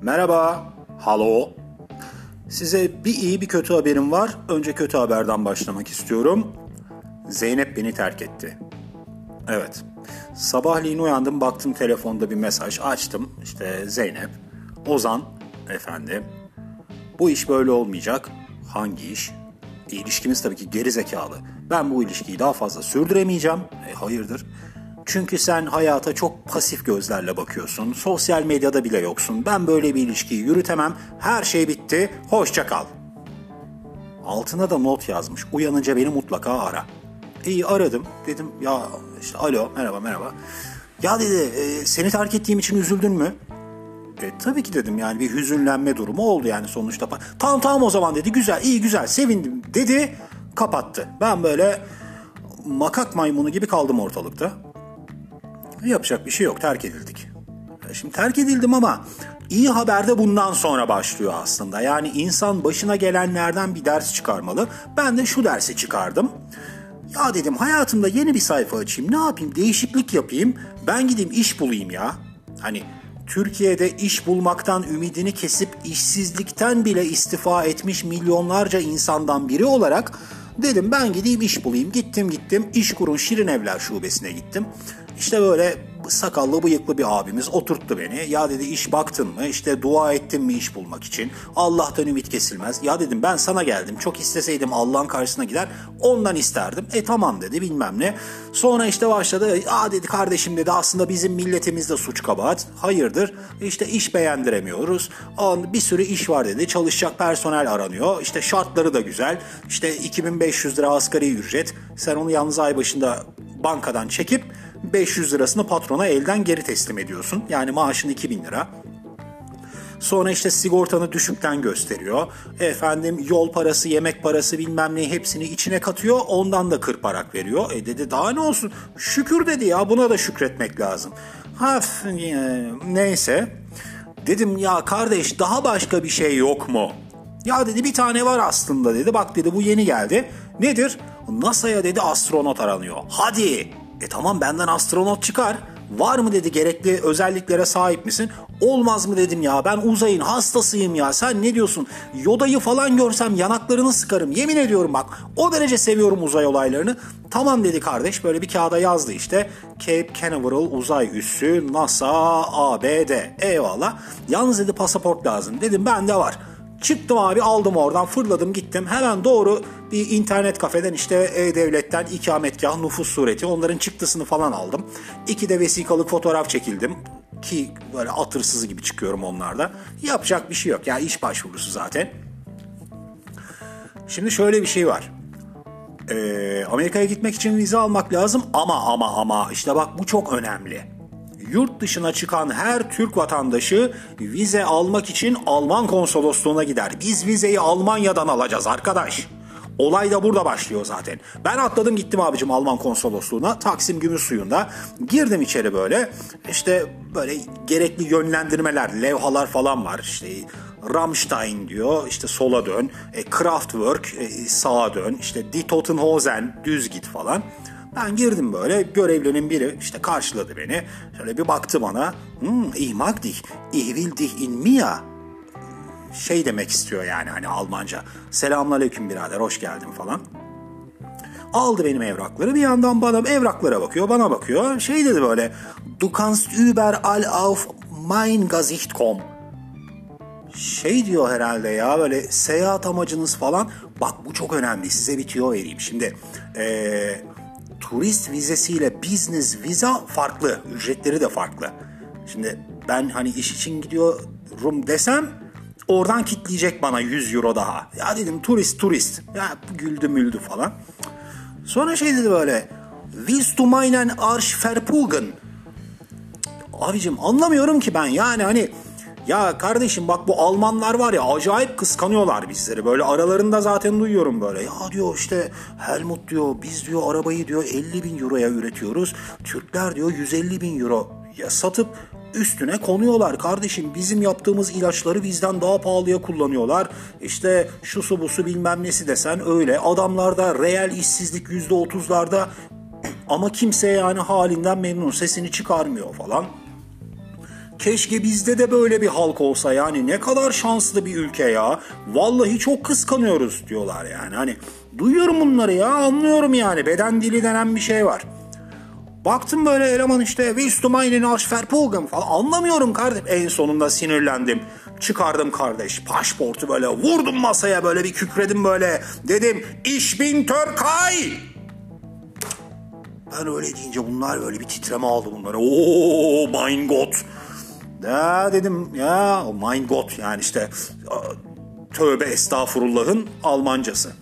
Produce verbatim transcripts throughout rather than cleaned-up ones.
Merhaba, halo. Size bir iyi bir kötü haberim var. Önce kötü haberden başlamak istiyorum. Zeynep beni terk etti. Evet, sabahleyin uyandım, baktım telefonda bir mesaj, açtım. İşte Zeynep, Ozan, efendim, bu iş böyle olmayacak. Hangi iş? E, ilişkimiz tabii ki geri zekalı. Ben bu ilişkiyi daha fazla sürdüremeyeceğim. E, hayırdır? Çünkü sen hayata çok pasif gözlerle bakıyorsun. Sosyal medyada bile yoksun. Ben böyle bir ilişkiyi yürütemem. Her şey bitti. Hoşça kal. Altına da not yazmış. Uyanınca beni mutlaka ara. İyi, aradım. Dedim ya işte alo, merhaba merhaba. Ya dedi e, seni terk ettiğim için üzüldün mü? E, tabii ki dedim, yani bir hüzünlenme durumu oldu yani sonuçta. Tamam tamam o zaman dedi, güzel iyi güzel sevindim dedi, kapattı. Ben böyle makak maymunu gibi kaldım ortalıkta. Yapacak bir şey yok, terk edildik. E, şimdi terk edildim ama iyi haber de bundan sonra başlıyor aslında. Yani insan başına gelenlerden bir ders çıkarmalı. Ben de şu dersi çıkardım. Ya dedim, hayatımda yeni bir sayfa açayım, ne yapayım, değişiklik yapayım, ben gideyim iş bulayım ya. Hani Türkiye'de iş bulmaktan ümidini kesip işsizlikten bile istifa etmiş milyonlarca insandan biri olarak dedim ben gideyim iş bulayım. Gittim gittim İşkur'un Şirin Evler şubesine gittim. İşte böyle sakallı bıyıklı bir abimiz oturttu beni. Ya dedi, iş baktın mı? İşte dua ettin mi iş bulmak için? Allah'tan ümit kesilmez. Ya dedim, ben sana geldim. Çok isteseydim Allah'ın karşısına gider ondan isterdim. E tamam dedi, bilmem ne. Sonra işte başladı. Aa dedi, kardeşim dedi, aslında bizim milletimizde suç kabahat. Hayırdır? İşte iş beğendiremiyoruz. Bir sürü iş var dedi. Çalışacak personel aranıyor. İşte şartları da güzel. İşte iki bin beş yüz lira asgari ücret. Sen onu yalnız ay başında bankadan çekip beş yüz lirasını patrona elden geri teslim ediyorsun. Yani maaşın iki bin lira. Sonra işte sigortanı düşükten gösteriyor. Efendim yol parası, yemek parası bilmem ne hepsini içine katıyor. Ondan da kırparak veriyor. E dedi, daha ne olsun? Şükür dedi ya, buna da şükretmek lazım. Haf, neyse. Dedim ya kardeş, daha başka bir şey yok mu? Ya dedi, bir tane var aslında dedi. Bak dedi, bu yeni geldi. Nedir? NASA'ya dedi astronot aranıyor. Hadi. E tamam, benden astronot çıkar. Var mı dedi, gerekli özelliklere sahip misin? Olmaz mı dedim ya, ben uzayın hastasıyım ya, sen ne diyorsun? Yoda'yı falan görsem yanaklarını sıkarım, yemin ediyorum bak, o derece seviyorum uzay olaylarını. Tamam dedi kardeş, böyle bir kağıda yazdı işte, Cape Canaveral uzay üssü NASA A B D, eyvallah. Yalnız dedi pasaport lazım, dedim bende var. Çıktım abi, aldım oradan, fırladım gittim. Hemen doğru bir internet kafeden işte E-Devlet'ten ikametgah, nüfus sureti, onların çıktısını falan aldım. İki de vesikalık fotoğraf çekildim. Ki böyle atırsızı gibi çıkıyorum onlarda. Yapacak bir şey yok. Yani iş başvurusu zaten. Şimdi şöyle bir şey var. Ee, Amerika'ya gitmek için vize almak lazım ama ama ama işte bak, bu çok önemli. Yurt dışına çıkan her Türk vatandaşı vize almak için Alman konsolosluğuna gider. Biz vizeyi Almanya'dan alacağız arkadaş. Olay da burada başlıyor zaten. Ben atladım gittim abicim Alman konsolosluğuna. Taksim Gümüşsuyu'nda. Girdim içeri böyle. İşte böyle gerekli yönlendirmeler, levhalar falan var. İşte Rammstein diyor, işte sola dön. E, Kraftwerk, e, sağa dön. İşte Die Totenhosen, düz git falan. Ben girdim böyle, görevlinin biri işte karşıladı beni. Şöyle bir baktı bana. Hmm, ich mag dich, ich will dich in mir. Şey demek istiyor yani, hani Almanca. Selamünaleyküm birader, hoş geldin falan. Aldı benim evrakları, bir yandan bana evraklara bakıyor, bana bakıyor. Şey dedi böyle, du kannst überall auf mein Gesicht kommen. Şey diyor herhalde ya, böyle seyahat amacınız falan. Bak bu çok önemli, size bir tüyo vereyim. Şimdi eee... turist vizesiyle business viza farklı. Ücretleri de farklı. Şimdi ben hani iş için gidiyorum desem oradan kitleyecek bana yüz euro daha. Ya dedim turist turist. Ya güldü müldü falan. Sonra şey dedi böyle, willst du meinen Arsch verpugen? Abicim anlamıyorum ki ben, yani hani ya kardeşim bak, bu Almanlar var ya, acayip kıskanıyorlar bizleri. Böyle aralarında zaten duyuyorum böyle. Ya diyor işte Helmut diyor, biz diyor arabayı diyor elli bin euroya üretiyoruz. Türkler diyor yüz elli bin euroya satıp üstüne konuyorlar. Kardeşim bizim yaptığımız ilaçları bizden daha pahalıya kullanıyorlar. İşte şusu busu bilmem nesi desen öyle. Adamlarda reel işsizlik yüzde otuzlarda ama kimse yani halinden memnun, sesini çıkarmıyor falan. keşke bizde de böyle bir halk olsa, yani ne kadar şanslı bir ülke ya. Vallahi çok kıskanıyoruz diyorlar yani. Hani duyuyorum bunları ya, anlıyorum yani. Beden dili denen bir şey var. Baktım böyle eleman işte "Willst du meinen Arsch verpulgen" falan, anlamıyorum kardeşim. En sonunda sinirlendim. Çıkardım kardeş pasaportu, böyle vurdum masaya, böyle bir kükredim böyle. Dedim "Ich bin Türkei." Ben öyle deyince bunlar böyle bir titreme aldı bunlara. "Oo mein Gott." Ya dedim ya, mein Gott yani işte tövbe estağfurullah'ın Almancası.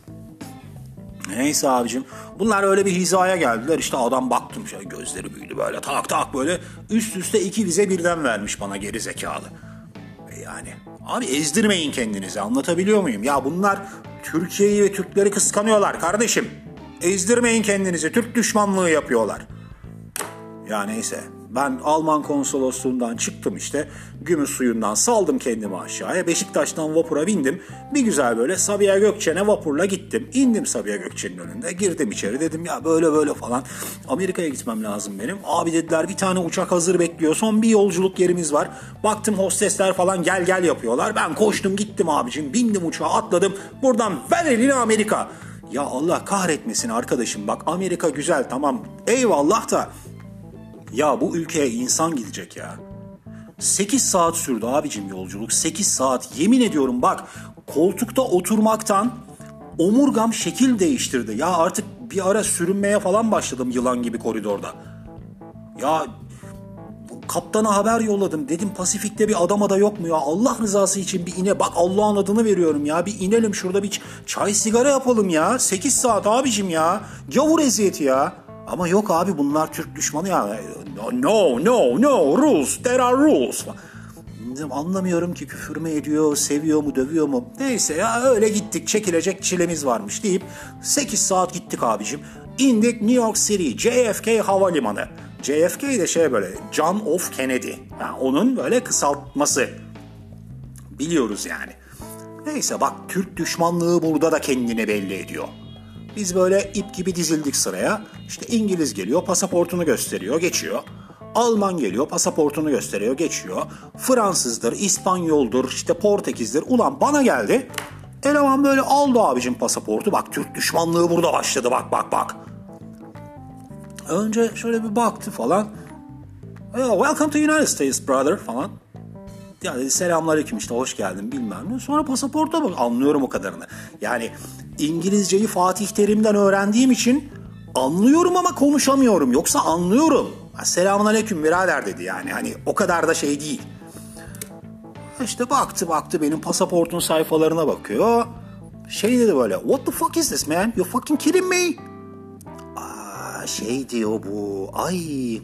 Neyse abicim, bunlar öyle bir hizaya geldiler, işte adam baktım şöyle, gözleri büyüdü böyle, tak tak böyle üst üste iki vize birden vermiş bana, geri zekalı. Yani abi ezdirmeyin kendinizi, anlatabiliyor muyum? Ya bunlar Türkiye'yi ve Türkleri kıskanıyorlar kardeşim. Ezdirmeyin kendinizi, Türk düşmanlığı yapıyorlar. Ya neyse, ben Alman konsolosluğundan çıktım işte, Gümüş Suyu'ndan saldım kendimi aşağıya, Beşiktaş'tan vapura bindim, bir güzel böyle Sabiha Gökçen'e vapurla gittim, indim Sabiha Gökçen'in önünde, girdim içeri, dedim ya böyle böyle falan, Amerika'ya gitmem lazım benim. Abi dediler bir tane uçak hazır bekliyor, son bir yolculuk yerimiz var. Baktım hostesler falan gel gel yapıyorlar, ben koştum gittim abicim, bindim uçağa, atladım, buradan ver elini Amerika. Ya Allah kahretmesin arkadaşım, bak Amerika güzel tamam eyvallah da, ya bu ülkeye insan gidecek ya. sekiz saat sürdü abicim yolculuk. sekiz saat. Yemin ediyorum bak, koltukta oturmaktan omurgam şekil değiştirdi. Ya artık bir ara sürünmeye falan başladım yılan gibi koridorda. Ya kaptana haber yolladım. Dedim Pasifik'te bir adama da yok mu ya? Allah rızası için bir ine. Bak Allah'ın adını veriyorum ya. Bir inelim şurada, bir çay sigara yapalım ya. sekiz saat abicim ya. Gavur eziyeti ya. Ama yok abi, bunlar Türk düşmanı ya. No, no, no, rules, there are rules. Anlamıyorum ki, küfür mü ediyor, seviyor mu, dövüyor mu? Neyse ya, öyle gittik, çekilecek çilemiz varmış deyip sekiz saat gittik abicim. İndik New York City, J F K Havalimanı. J F K de şey böyle, John F. Kennedy. Yani onun böyle kısaltması. Biliyoruz yani. Neyse bak, Türk düşmanlığı burada da kendini belli ediyor. Biz böyle ip gibi dizildik sıraya. İşte İngiliz geliyor, pasaportunu gösteriyor, geçiyor. Alman geliyor, pasaportunu gösteriyor, geçiyor. Fransızdır, İspanyoldur, işte Portekiz'dir. Ulan bana geldi. Eleman böyle aldı abicim pasaportu. Bak Türk düşmanlığı burada başladı, bak bak bak. Önce şöyle bir baktı falan. "Welcome to United States brother" falan. Ya dedi selamünaleyküm, işte hoş geldin bilmem ne. Sonra pasaporta bak, anlıyorum o kadarını. Yani İngilizceyi Fatih Terim'den öğrendiğim için anlıyorum ama konuşamıyorum. Yoksa anlıyorum. Selamünaleyküm birader dedi yani. Hani o kadar da şey değil. İşte baktı baktı benim pasaportun sayfalarına bakıyor. Şey dedi böyle, "What the fuck is this man? You fucking kidding me?" Aa, şey diyor bu. Ay...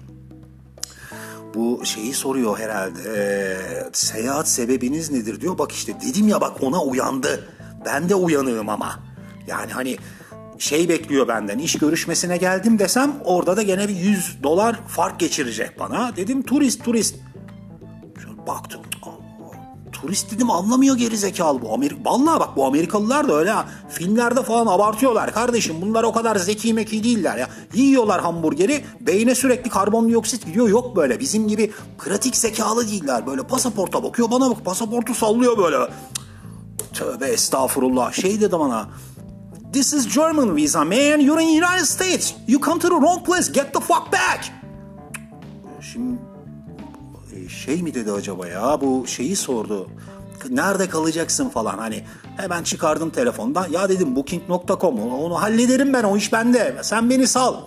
Bu şeyi soruyor herhalde. Ee, seyahat sebebiniz nedir diyor. Bak işte dedim ya, bak ona uyandı. Ben de uyanığım ama. Yani hani şey bekliyor benden. İş görüşmesine geldim desem orada da gene bir yüz dolar fark geçirecek bana. Dedim turist turist. Şöyle baktım. Turist dedim, anlamıyor gerizekalı bu. Amerika, vallahi bak bu Amerikalılar da öyle ha. Filmlerde falan abartıyorlar kardeşim. Bunlar o kadar zeki meki değiller ya. Yiyorlar hamburgeri, beyne sürekli karbondioksit gidiyor. Yok böyle bizim gibi pratik zekalı değiller. Böyle pasaporta bakıyor, bana bak pasaportu sallıyor böyle. Tövbe estağfurullah. Şey dedi bana, "This is German visa man. You're in the United States. You come to the wrong place. Get the fuck back." Şimdi şey mi dedi acaba ya, bu şeyi sordu. Nerede kalacaksın falan, hani hemen çıkardım telefondan. Ya dedim booking nokta com, onu hallederim ben, o iş bende. Sen beni sal.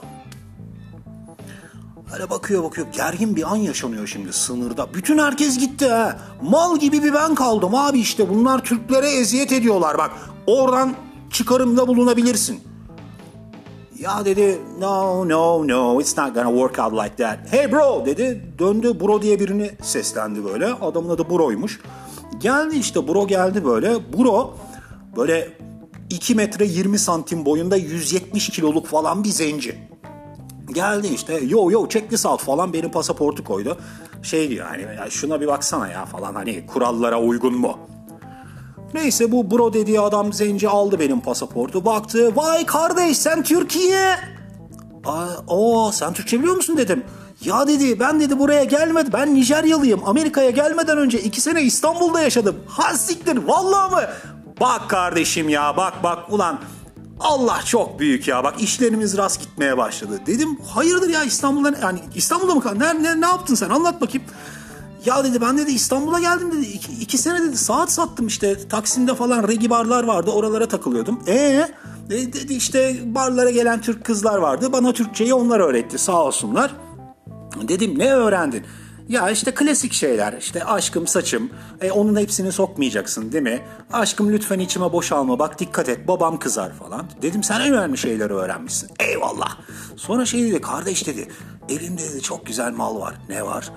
Öyle bakıyor bakıyor, gergin bir an yaşanıyor şimdi sınırda. Bütün herkes gitti ha. Mal gibi bir ben kaldım abi, işte bunlar Türklere eziyet ediyorlar bak. Oradan çıkarımda bulunabilirsin. Ya dedi, "No, no, no, it's not gonna work out like that." "Hey bro" dedi. Döndü, bro diye birini seslendi böyle. Adamın adı Bro'ymuş. Geldi işte, bro geldi böyle. Bro böyle iki metre yirmi santim boyunda, yüz yetmiş kiloluk falan bir zenci. Geldi işte, "Yo yo check this out" falan, benim pasaportu koydu. Şey diyor hani, "Ya şuna bir baksana ya" falan, hani kurallara uygun mu? Neyse bu bro dediği adam zenci aldı benim pasaportu, baktı. "Vay kardeş sen Türkiye." o sen Türkçe biliyor musun dedim. Ya dedi ben dedi buraya gelmedim. Ben Nijeryalıyım. Amerika'ya gelmeden önce iki sene İstanbul'da yaşadım. Ha siktir vallahi mı? Bak kardeşim ya bak bak ulan Allah çok büyük ya. Bak işlerimiz rast gitmeye başladı. Dedim hayırdır ya İstanbul'da yani İstanbul'da mı kaldın? Ne, ne, ne yaptın sen anlat bakayım. Ya dedi ben dedi İstanbul'a geldim dedi. İki, iki sene dedi saat sattım işte. Taksim'de falan regi barlar vardı. Oralara takılıyordum. Eee? Dedi işte barlara gelen Türk kızlar vardı. Bana Türkçeyi onlar öğretti sağ olsunlar. Dedim ne öğrendin? Ya işte klasik şeyler işte aşkım saçım e, onun hepsini sokmayacaksın değil mi? Aşkım lütfen içime boşalma bak dikkat et babam kızar falan. Dedim sen en önemli şeyleri öğrenmişsin. Eyvallah. Sonra şey dedi kardeş dedi elimde dedi çok güzel mal var. Ne var?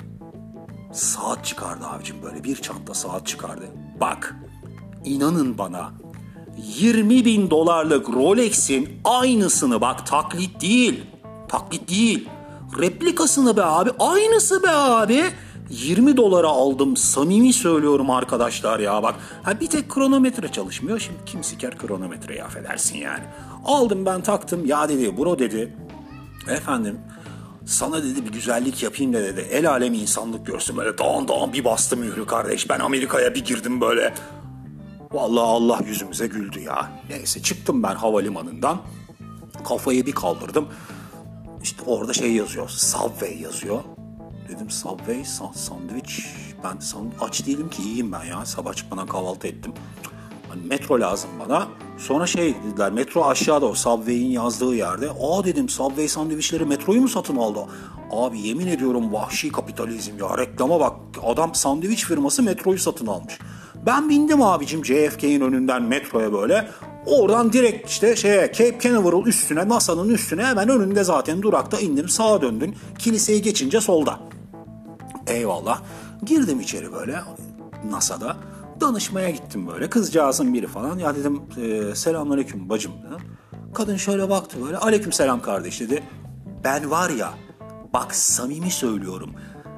Saat çıkardı abicim böyle bir çanta saat çıkardı. Bak inanın bana yirmi bin dolarlık Rolex'in aynısını bak taklit değil. Taklit değil. Replikasını be abi. Aynısı be abi. yirmi dolara aldım. Samimi söylüyorum arkadaşlar ya bak. Ha bir tek kronometre çalışmıyor. Şimdi kim siker kronometreyi affedersin yani. Aldım ben taktım. Ya dedi bro dedi. Efendim sana dedi bir güzellik yapayım da dedi. El alemi insanlık görsün böyle dağın dağın bir bastım yürü kardeş. Ben Amerika'ya bir girdim böyle. Vallahi Allah yüzümüze güldü ya. Neyse çıktım ben havalimanından. Kafayı bir kaldırdım. İşte orada şey yazıyor. Subway yazıyor. Dedim Subway sa- sandviç. Ben san- aç değilim ki iyiyim ben ya. Sabah çıkmadan kahvaltı ettim. Hani metro lazım bana. Sonra şey dediler metro aşağıda o Subway'in yazdığı yerde. Aa dedim Subway sandviçleri metroyu mu satın aldı? Abi yemin ediyorum vahşi kapitalizm ya. Reklama bak adam sandviç firması metroyu satın almış. Ben bindim abicim J F K'nin önünden metroya böyle. Oradan direkt işte şeye Cape Canaveral üstüne NASA'nın üstüne hemen önünde zaten durakta indim sağa döndün. Kiliseyi geçince solda. Eyvallah. Girdim içeri böyle NASA'da. Danışmaya gittim böyle. Kızcağızın biri falan. Ya dedim e, selamünaleyküm bacım dedim. Kadın şöyle baktı böyle. Aleykümselam kardeş dedi. Ben var ya bak samimi söylüyorum.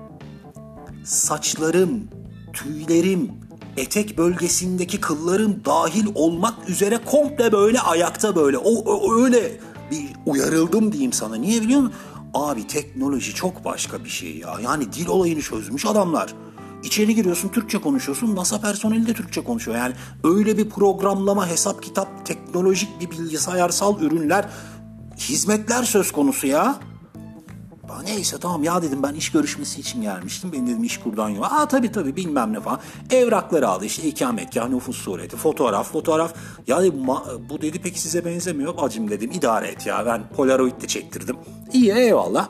Saçlarım, tüylerim, etek bölgesindeki kıllarım dahil olmak üzere komple böyle ayakta böyle. O, o öyle bir uyarıldım diyeyim sana. Niye biliyor musun? Abi teknoloji çok başka bir şey ya. Yani dil olayını çözmüş adamlar. İçeri giriyorsun Türkçe konuşuyorsun. NASA personeli de Türkçe konuşuyor. Yani öyle bir programlama, hesap kitap, teknolojik bir bilgisayarsal ürünler, hizmetler söz konusu ya. Neyse tamam ya dedim ben iş görüşmesi için gelmiştim. Benim dedim iş kurdan yok. Aa tabii tabii bilmem ne falan. Evrakları aldı işte ikametgah, nüfus sureti, fotoğraf, fotoğraf. Ya dedim, bu dedi peki size benzemiyor. Bacım dedim idare et ya ben Polaroid de çektirdim. İyi eyvallah.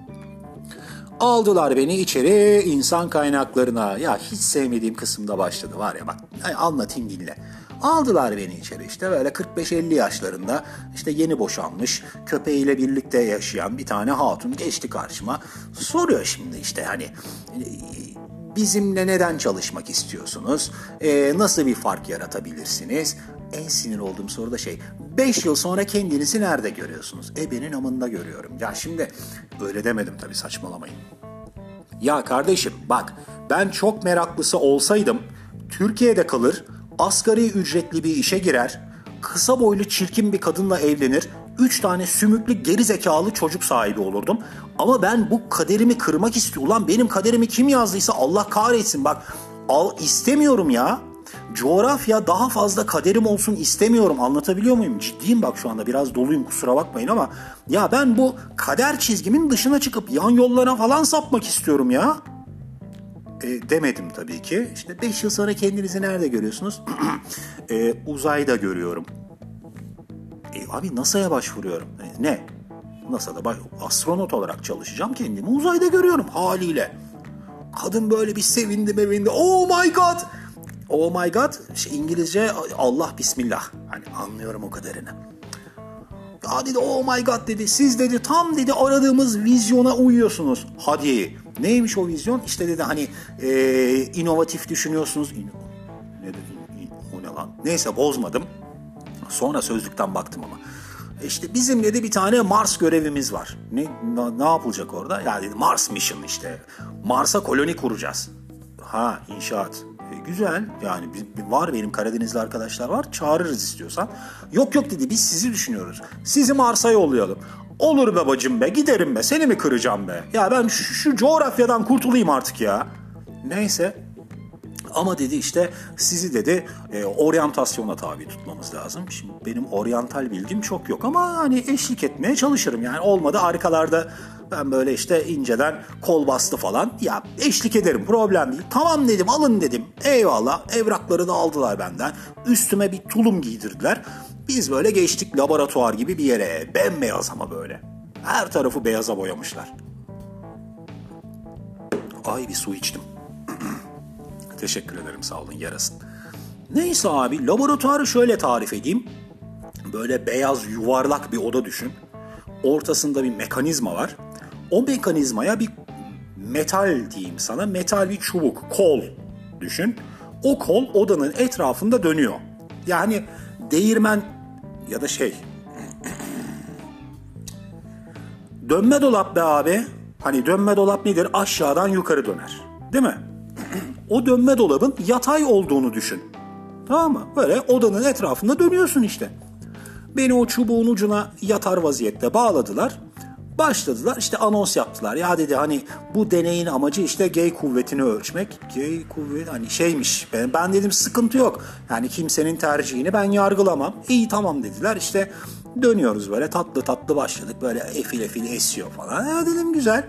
Aldılar beni içeri insan kaynaklarına. Ya hiç sevmediğim kısımda başladı var ya bak anlatayım dinle. Aldılar beni içeri işte böyle kırk beş elli yaşlarında işte yeni boşanmış köpeğiyle birlikte yaşayan bir tane hatun geçti karşıma. Soruyor şimdi işte hani bizimle neden çalışmak istiyorsunuz? Ee, nasıl bir fark yaratabilirsiniz? En sinir olduğum soru da şey beş yıl sonra kendinizi nerede görüyorsunuz? Ebenin amında görüyorum. Ya şimdi öyle demedim tabii saçmalamayın. Ya kardeşim bak ben çok meraklısı olsaydım Türkiye'de kalır asgari ücretli bir işe girer kısa boylu çirkin bir kadınla evlenir üç tane sümüklü geri zekalı çocuk sahibi olurdum. Ama ben bu kaderimi kırmak istiyorum. Ulan benim kaderimi kim yazdıysa Allah kahretsin bak al istemiyorum ya. Coğrafya daha fazla kaderim olsun istemiyorum. Anlatabiliyor muyum? Ciddiyim bak şu anda biraz doluyum kusura bakmayın ama ya ben bu kader çizgimin dışına çıkıp yan yollara falan sapmak istiyorum ya. E, demedim tabii ki. İşte beş yıl sonra kendinizi nerede görüyorsunuz? e, uzayda görüyorum. E, abi NASA'ya başvuruyorum. E, ne? NASA'da baş- astronot olarak çalışacağım kendimi uzayda görüyorum haliyle. Kadın böyle bir sevindi mevindi. Oh my god! Oh my god, şey, İngilizce Allah bismillah. Hani anlıyorum o kadarını. Ya dedi oh my god dedi. Siz dedi tam dedi aradığımız vizyona uyuyorsunuz. Hadi. Neymiş o vizyon? İşte dedi hani e, inovatif düşünüyorsunuz. İno, ne dedi? O ne lan? Neyse bozmadım. Sonra sözlükten baktım ama. İşte bizim dedi bir tane Mars görevimiz var. Ne, ne, ne yapılacak orada? Ya dedi Mars mission işte. Mars'a koloni kuracağız. Ha inşaat. Güzel yani var benim Karadenizli arkadaşlar var çağırırız istiyorsan. Yok yok dedi biz sizi düşünüyoruz. Sizi Mars'a yollayalım. Olur be bacım be, giderim be, seni mi kıracağım be? Ya ben şu, şu coğrafyadan kurtulayım artık ya. Neyse. Ama dedi işte sizi dedi e, oryantasyona tabi tutmamız lazım. Şimdi benim oryantal bilgim çok yok ama hani eşlik etmeye çalışırım. Yani olmadı arkalarda ben böyle işte inceden kol bastı falan. Ya eşlik ederim, problem değil. Tamam dedim, alın dedim. Eyvallah, evrakları da aldılar benden. Üstüme bir tulum giydirdiler. Biz böyle geçtik laboratuvar gibi bir yere. Bembeyaz ama böyle. Her tarafı beyaza boyamışlar. Ay bir su içtim. Teşekkür ederim, sağ olun, yarasın. Neyse abi, laboratuvarı şöyle tarif edeyim. Böyle beyaz yuvarlak bir oda düşün. Ortasında bir mekanizma var. O mekanizmaya bir metal diyeyim sana, metal bir çubuk, kol düşün. O kol odanın etrafında dönüyor. Yani değirmen ya da şey... Dönme dolap be abi. Hani dönme dolap nedir? Aşağıdan yukarı döner. Değil mi? O dönme dolabın yatay olduğunu düşün. Tamam mı? Böyle odanın etrafında dönüyorsun işte. Beni o çubuğun ucuna yatar vaziyette bağladılar. Başladılar işte anons yaptılar. Ya dedi hani bu deneyin amacı işte gay kuvvetini ölçmek. Gay kuvvet hani şeymiş. Ben, ben dedim sıkıntı yok. Yani kimsenin tercihini ben yargılamam. İyi tamam dediler. İşte dönüyoruz böyle tatlı tatlı başladık. Böyle efil efil esiyor falan. Ya dedim güzel.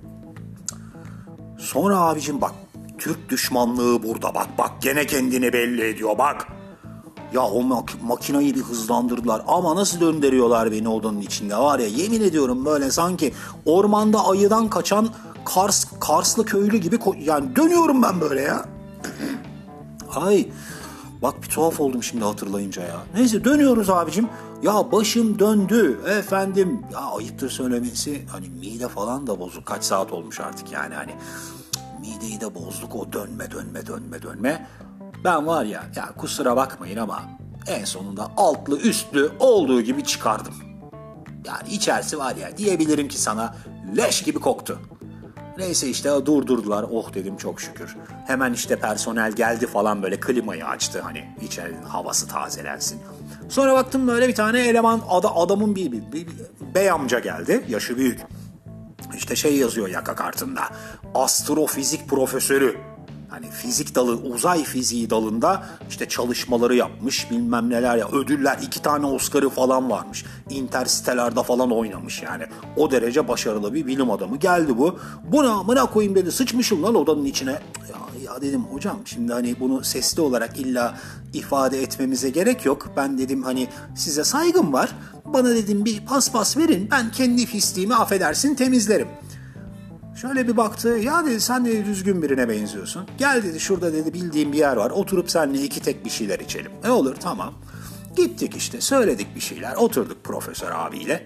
Sonra abicim bak. Türk düşmanlığı burada bak bak gene kendini belli ediyor bak. Ya o mak- makinayı bir hızlandırdılar ama nasıl döndürüyorlar beni odanın içinde var ya, yemin ediyorum böyle sanki ormanda ayıdan kaçan Kars, Karslı köylü gibi ko- yani dönüyorum ben böyle ya. Ay bak bir tuhaf oldum şimdi hatırlayınca ya. Neyse dönüyoruz abicim. Ya başım döndü efendim. Ya ayıptır söylemesi hani mide falan da bozuk. Kaç saat olmuş artık yani hani. Mideyi de bozduk o dönme dönme dönme dönme. Ben var ya ya kusura bakmayın ama en sonunda altlı üstlü olduğu gibi çıkardım. Yani içerisi var ya diyebilirim ki sana leş gibi koktu. Neyse işte durdurdular. Oh dedim çok şükür. Hemen işte personel geldi falan böyle klimayı açtı hani içerinin havası tazelensin. Sonra baktım böyle bir tane eleman ada, adamın bir, bir, bir, bir bey amca geldi. Yaşı büyük. İşte şey yazıyor yaka kartında. Astrofizik profesörü. Hani fizik dalı, uzay fiziği dalında işte çalışmaları yapmış, bilmem neler ya. Ödüller, iki tane Oscar'ı falan varmış. Interstellar'da falan oynamış yani. O derece başarılı bir bilim adamı. Geldi bu. Buna amına koyayım dedi. Sıçmışım lan odanın içine. Ya, ya dedim hocam şimdi hani bunu sesli olarak illa ifade etmemize gerek yok. Ben dedim hani size saygım var. Bana dedim bir paspas verin. Ben kendi pisliğimi affedersin temizlerim. Şöyle bir baktı. Ya dedi sen de düzgün birine benziyorsun. Gel dedi şurada dedi bildiğim bir yer var. Oturup seninle iki tek bir şeyler içelim. E olur tamam. Gittik işte söyledik bir şeyler. Oturduk profesör abiyle.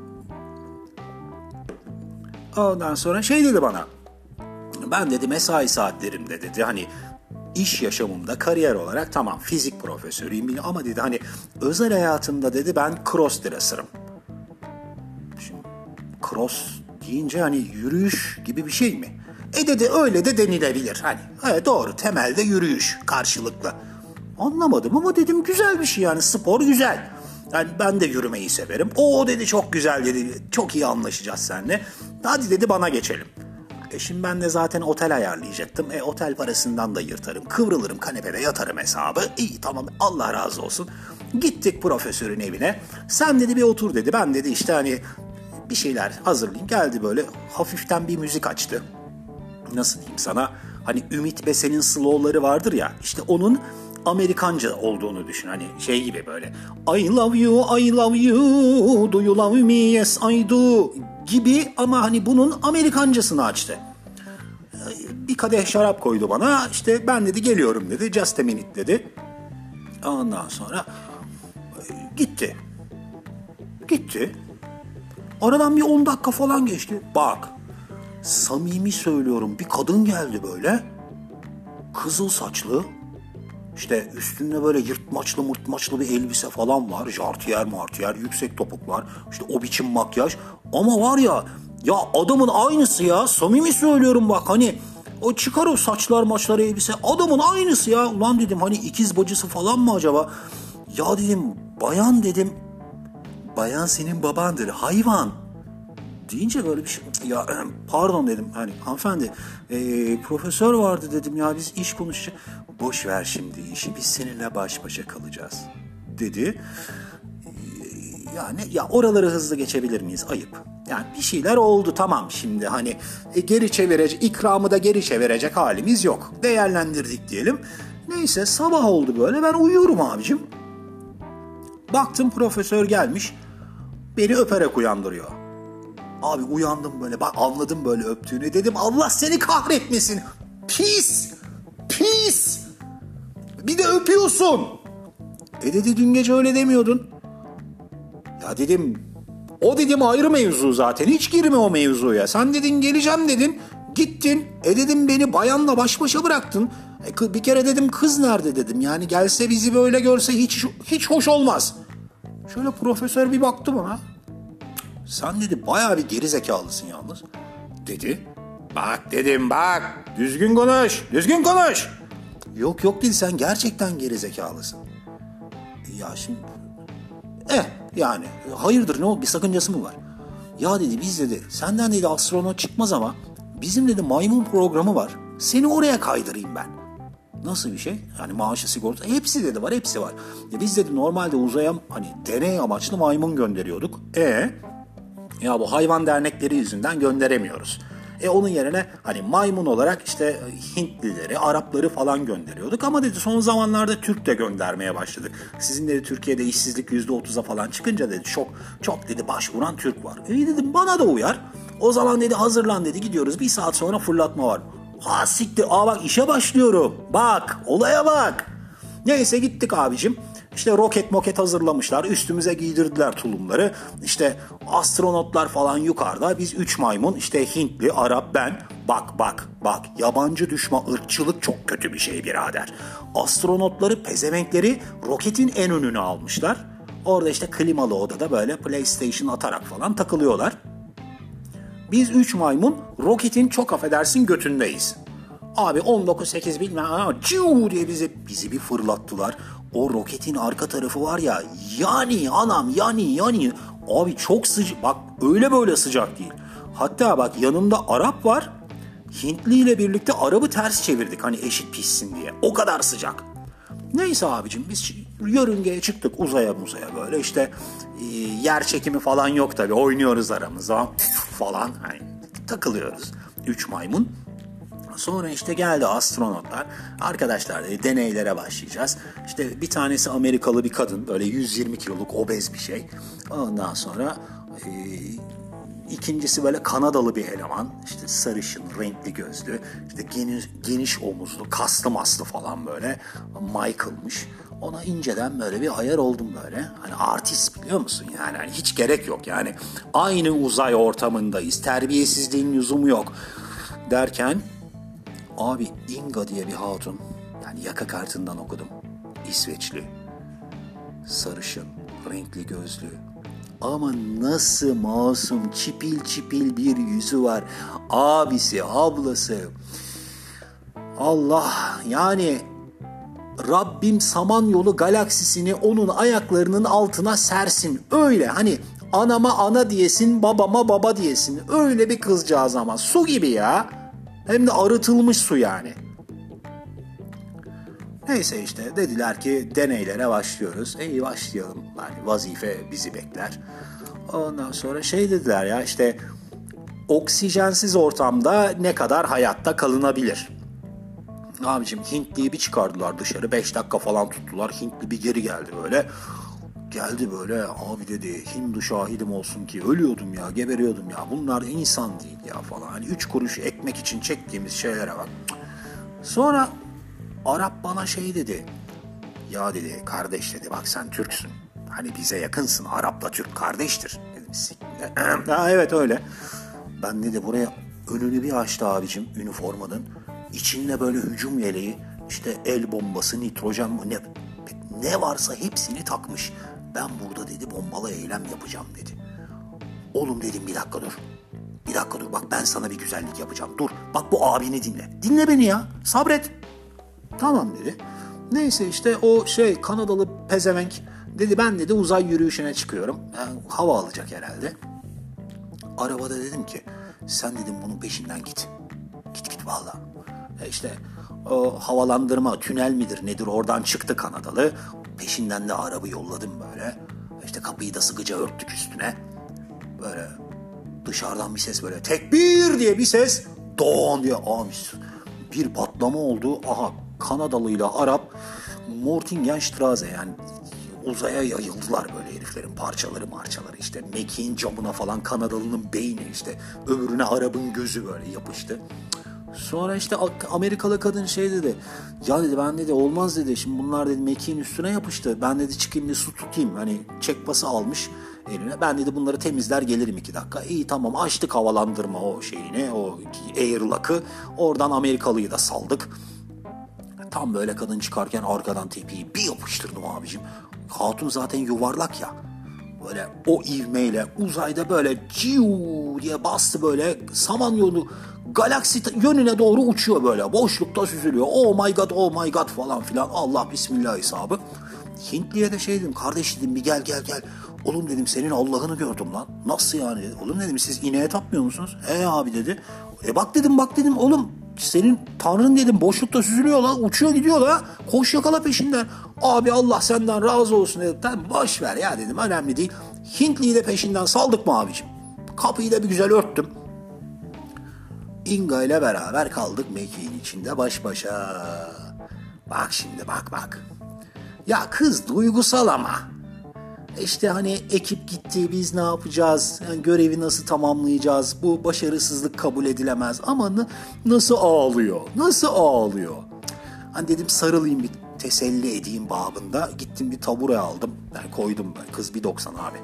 Ondan sonra şey dedi bana. Ben dedi mesai saatlerimde dedi hani iş yaşamımda kariyer olarak tamam fizik profesörüyüm ama dedi hani özel hayatımda dedi ben crossdresser'ım. Şimdi cross deyince hani yürüyüş gibi bir şey mi? E dedi öyle de denilebilir. Hani evet, doğru temelde yürüyüş karşılıklı. Anlamadım ama dedim güzel bir şey yani spor güzel. Yani ben de yürümeyi severim. O dedi çok güzel dedi. Çok iyi anlaşacağız seninle. Hadi dedi bana geçelim. E şimdi ben de zaten otel ayarlayacaktım. E otel parasından da yırtarım. Kıvrılırım kanepede yatarım hesabı. İyi tamam Allah razı olsun. Gittik profesörün evine. Sen dedi bir otur dedi. Ben dedi işte hani bir şeyler hazırlayayım. Geldi böyle hafiften bir müzik açtı. Nasıl diyeyim sana? Hani Ümit Besen'in slow'ları vardır ya. İşte onun Amerikanca olduğunu düşün. Hani şey gibi böyle. I love you, I love you. Do you love me? Yes, I do. Gibi ama hani bunun Amerikancasını açtı. Bir kadeh şarap koydu bana. İşte ben dedi geliyorum dedi. Just a minute dedi. Ondan sonra gitti. Gitti. Aradan bir on dakika falan geçti. Bak. Samimi söylüyorum bir kadın geldi böyle. Kızıl saçlı. İşte üstünde böyle yırtmaçlı mırtmaçlı bir elbise falan var. Jartiyer martiyer, yüksek topuklar. İşte o biçim makyaj. Ama var ya, ya adamın aynısı ya. Samimi söylüyorum bak hani. O çıkar o saçlar maçlar elbise. Adamın aynısı ya. Ulan dedim hani ikiz bacısı falan mı acaba? Ya dedim bayan dedim. Bayan senin babandır hayvan. deyince böyle bir şey, ya pardon dedim, hani hanımefendi e, profesör vardı dedim, ya biz iş konuşacağız. Boş ver şimdi işi, biz seninle baş başa kalacağız dedi. Yani ya oraları hızlı geçebilir miyiz? Ayıp. Yani bir şeyler oldu, tamam, şimdi hani e, geri çevirecek, ikramı da geri çevirecek halimiz yok. Değerlendirdik diyelim. Neyse sabah oldu böyle, ben uyuyorum abicim. Baktım profesör gelmiş, beni öperek uyandırıyor. Abi uyandım böyle, bak anladım böyle öptüğünü, dedim Allah seni kahretmesin. Pis, pis. Bir de öpüyorsun. E dedi dün gece öyle demiyordun. Ya dedim, o dedim ayrı mevzu zaten, hiç girme o mevzuya. Sen dedin geleceğim dedin, gittin. E dedim beni bayanla baş başa bıraktın. E, bir kere dedim kız nerede dedim, yani gelse bizi böyle görse hiç hiç hoş olmaz. Şöyle profesör bir baktı bana. Sen dedi bayağı bir geri zekalısın yalnız dedi. Bak dedim bak, düzgün konuş, düzgün konuş. Yok yok dedi, sen gerçekten geri zekalısın. Ya şimdi eh yani hayırdır, ne oldu, bir sakıncası mı var? Ya dedi biz dedi senden dedi astronot çıkmaz ama bizim dedi maymun programı var. Seni oraya kaydırayım ben. Nasıl bir şey? Yani maaşı, sigorta hepsi dedi var, hepsi var. Ya biz dedi normalde uzaya hani deney amaçlı maymun gönderiyorduk. E ya bu hayvan dernekleri yüzünden gönderemiyoruz. E onun yerine hani maymun olarak işte Hintlileri, Arapları falan gönderiyorduk. Ama dedi son zamanlarda Türk de göndermeye başladık. Sizin dedi Türkiye'de işsizlik yüzde otuza falan çıkınca dedi çok çok dedi başvuran Türk var. E dedim bana da uyar. O zaman dedi hazırlan dedi, gidiyoruz, bir saat sonra fırlatma var. Ha siktir, aa bak işe başlıyorum. Bak olaya bak. Neyse gittik abicim. İşte roket moket hazırlamışlar. Üstümüze giydirdiler tulumları. İşte astronotlar falan yukarıda. Biz üç maymun, işte Hintli, Arap, ben. Bak bak bak, yabancı düşman, ırkçılık çok kötü bir şey birader. Astronotları, pezevenkleri roketin en önüne almışlar. Orada işte klimalı odada böyle PlayStation atarak falan takılıyorlar. Biz üç maymun roketin çok affedersin götündeyiz. Abi on dokuz sekiz bilmem ciu diye bizi, bizi bir fırlattılar. O roketin arka tarafı var ya, yani anam yani yani abi çok sıcak, bak öyle böyle sıcak değil. Hatta bak yanımda Arap var, Hintli ile birlikte Arap'ı ters çevirdik hani eşit pişsin diye, o kadar sıcak. Neyse abicim biz yörüngeye çıktık, uzaya muzaya böyle işte e, yer çekimi falan yok tabii, oynuyoruz aramızda falan hani, takılıyoruz üç maymun. Sonra işte geldi astronotlar. Arkadaşlar dedi deneylere başlayacağız. İşte bir tanesi Amerikalı bir kadın, böyle yüz yirmi kiloluk obez bir şey. Ondan sonra e, ikincisi böyle Kanadalı bir eleman. İşte sarışın, renkli gözlü, işte geniş, geniş omuzlu, kaslı maslı falan böyle. Michael'mış. Ona inceden böyle bir ayar oldum böyle. Hani artist, biliyor musun yani, hani hiç gerek yok yani. Aynı uzay ortamındayız. Terbiyesizliğin lüzumu yok. Derken abi Inga diye bir hatun, yani yaka kartından okudum. İsveçli, sarışın, renkli gözlü. Ama nasıl masum, çipil çipil bir yüzü var. Abisi, ablası. Allah, yani Rabbim Samanyolu galaksisini onun ayaklarının altına sersin. Öyle hani anama ana diyesin, babama baba diyesin. Öyle bir kızcağız ama su gibi ya. Hem de arıtılmış su yani. Neyse işte dediler ki deneylere başlıyoruz. İyi başlayalım. Yani vazife bizi bekler. Ondan sonra şey dediler ya, işte oksijensiz ortamda ne kadar hayatta kalınabilir? Abicim Hintliyi bir çıkardılar dışarı. Beş dakika falan tuttular. Hintli bir geri geldi böyle. Geldi böyle, abi dedi Hindu şahidim olsun ki ölüyordum ya, geberiyordum ya. Bunlar insan değil ya falan. Hani üç kuruş ekmek için çektiğimiz şeylere bak. Sonra Arap bana şey dedi. Ya dedi kardeş dedi, bak sen Türksün. Hani bize yakınsın. Arap'la Türk kardeştir. Dedim, ha, evet öyle. Ben dedi buraya önünü bir açtı abicim üniformanın. İçinde böyle hücum yeleği, işte el bombası, nitrojen ne, ne varsa hepsini takmış. Ben burada dedi bombalı eylem yapacağım dedi. Oğlum dedim bir dakika dur. Bir dakika dur, bak ben sana bir güzellik yapacağım. Dur bak bu abini dinle. Dinle beni ya, sabret. Tamam dedi. Neyse işte o şey Kanadalı pezevenk dedi ben dedi uzay yürüyüşüne çıkıyorum. Yani hava alacak herhalde. Arabada dedim ki sen dedim bunun peşinden git. Git git valla. E işte o havalandırma tünel midir nedir oradan çıktı Kanadalı. Peşinden de arabı yolladım böyle. İşte kapıyı da sıkıca örttük üstüne. Böyle dışarıdan bir ses böyle tekbir diye bir ses. Don diye abi bir patlama oldu. Aha Kanadalıyla Arap Mortingenstraße yani uzaya yayıldılar böyle heriflerin parçaları marçaları işte mekiğin camına falan Kanadalı'nın beyni işte öbürüne Arap'ın gözü böyle yapıştı. Sonra işte Amerikalı kadın şey dedi ya dedi ben dedi olmaz dedi şimdi bunlar dedi mekiğin üstüne yapıştı ben dedi çıkayım bir su tutayım hani çek pası almış eline ben dedi bunları temizler gelirim iki dakika iyi tamam açtık havalandırma o şeyini o airlock'ı oradan Amerikalıyı da saldık. Tam böyle kadın çıkarken arkadan tepiyi bir yapıştırdım abicim. Hatun zaten yuvarlak ya. Böyle o ivmeyle uzayda böyle ciu diye bastı böyle samanyolu galaksi yönüne doğru uçuyor böyle. Boşlukta süzülüyor. Oh my god oh my god falan filan. Allah bismillah hesabı. Hintliye de şey dedim kardeş dedim bir gel gel gel. Oğlum dedim senin Allah'ını gördüm lan. Nasıl yani? Oğlum dedim siz ineğe tapmıyor musunuz? He abi dedi. E bak dedim bak dedim oğlum senin tanrın dedim boşlukta süzülüyor lan uçuyor gidiyor la koş yakala peşinden. Abi Allah senden razı olsun dedim. Tamam boş ver ya dedim önemli değil. Hintliyi de peşinden saldık mı abicim? Kapıyı da bir güzel örttüm. Inga ile beraber kaldık mekiğin içinde baş başa. Bak şimdi bak bak. Ya kız duygusal ama. İşte hani ekip gitti biz ne yapacağız yani görevi nasıl tamamlayacağız bu başarısızlık kabul edilemez ama n- nasıl ağlıyor nasıl ağlıyor hani dedim sarılayım bir teselli edeyim babında gittim bir tabure aldım yani koydum ben kız bir doksan abi.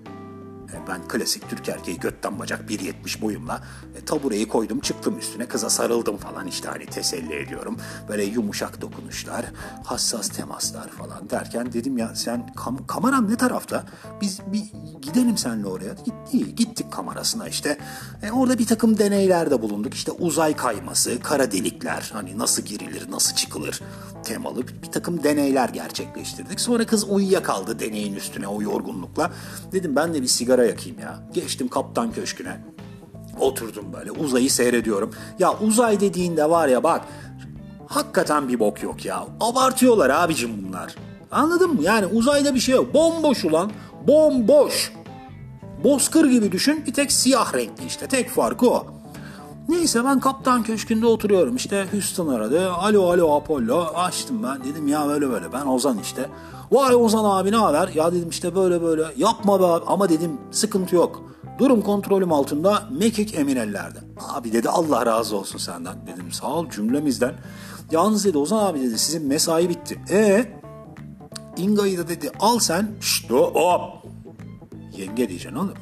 Ben klasik Türk erkeği götten bacak bir yetmiş boyumla e, tabureyi koydum çıktım üstüne kıza sarıldım falan işte hani teselli ediyorum. Böyle yumuşak dokunuşlar, hassas temaslar falan derken dedim ya sen kam- kameran ne tarafta? Biz bir gidelim seninle oraya. Gitti, gittik kamerasına işte. E, orada bir takım deneylerde bulunduk. İşte uzay kayması, kara delikler hani nasıl girilir, nasıl çıkılır temalı bir takım deneyler gerçekleştirdik. Sonra kız uyuyakaldı deneyin üstüne o yorgunlukla. Dedim ben de bir sigara yakayım ya. Geçtim kaptan köşküne. Oturdum böyle uzayı seyrediyorum. Ya uzay dediğinde var ya bak hakikaten bir bok yok ya. Abartıyorlar abicim bunlar. Anladın mı? Yani uzayda bir şey yok. Bomboş ulan. Bomboş. Bozkır gibi düşün. Bir tek siyah renkli işte. Tek farkı o. Neyse ben kaptan köşkünde oturuyorum. İşte Houston aradı. Alo alo Apollo. Açtım ben. Dedim ya böyle böyle. Ben Ozan işte. Vay Ozan abi ne haber? Ya dedim işte böyle böyle. Yapma be abi. Ama dedim sıkıntı yok. Durum kontrolüm altında. Mekik emin ellerde. Abi dedi Allah razı olsun senden. Dedim sağ ol cümlemizden. Yalnız dedi Ozan abi dedi sizin mesai bitti. E Inga'yı da dedi al sen. Şşt hop. Yenge diyeceksin oğlum.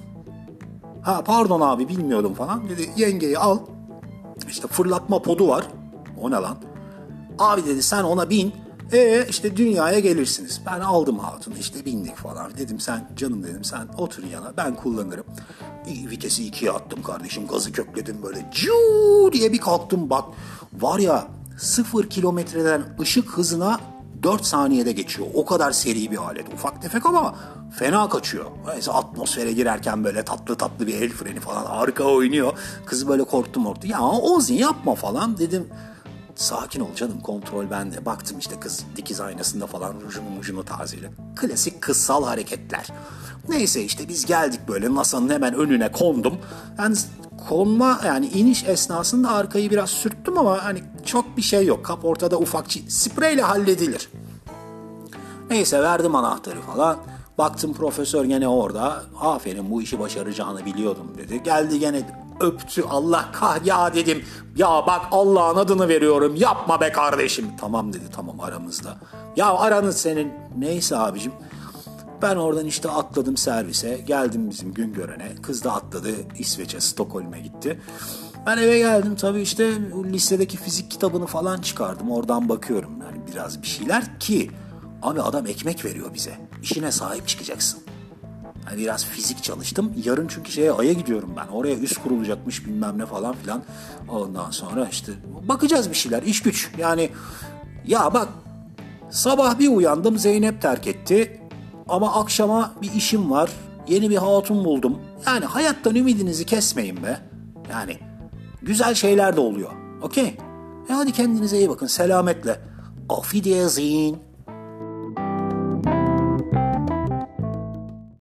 Ha pardon abi bilmiyordum falan. Dedi yengeyi al. İşte fırlatma podu var. O ne lan? Abi dedi sen ona bin. E işte dünyaya gelirsiniz. Ben aldım hatun işte bindik falan. Dedim sen canım dedim sen otur yana ben kullanırım. İyi, vitesi ikiye attım kardeşim. Gazı kökledim böyle. Cuu diye bir kalktım bak. Var ya sıfır kilometreden ışık hızına dört saniyede geçiyor. O kadar seri bir alet. Ufak tefek ama fena kaçıyor. Neyse atmosfere girerken böyle tatlı tatlı bir el freni falan arka oynuyor. Kız böyle korktu morktu. Ya Ozzy yapma falan dedim. Sakin ol canım kontrol bende. Baktım işte kız dikiz aynasında falan rujunu mujunu tazeli. Klasik kızsal hareketler. Neyse işte biz geldik böyle N A S A'nın hemen önüne kondum. Yani konma yani iniş esnasında arkayı biraz sürttüm ama hani çok bir şey yok. Kaportada ufak spreyle halledilir. Neyse verdim anahtarı falan. Baktım profesör gene orada. Aferin bu işi başaracağını biliyordum dedi. Geldi gene öptü Allah kah ya dedim. Ya bak Allah'ın adını veriyorum yapma be kardeşim. Tamam dedi tamam aramızda. Ya aranız senin neyse abicim. Ben oradan işte atladım servise. Geldim bizim Güngören'e. Kız da atladı İsveç'e Stockholm'e gitti. Ben eve geldim tabii işte lisedeki fizik kitabını falan çıkardım. Oradan bakıyorum yani biraz bir şeyler ki abi adam ekmek veriyor bize. İşine sahip çıkacaksın. Yani biraz fizik çalıştım. Yarın çünkü şeye Ay'a gidiyorum ben. Oraya üst kurulacakmış bilmem ne falan filan. Ondan sonra işte bakacağız bir şeyler. İş güç. Yani ya bak sabah bir uyandım Zeynep terk etti. Ama akşama bir işim var. Yeni bir hatun buldum. Yani hayattan ümidinizi kesmeyin be. Yani güzel şeyler de oluyor. Okey? E hadi kendinize iyi bakın. Selametle. Auf Wiedersehen.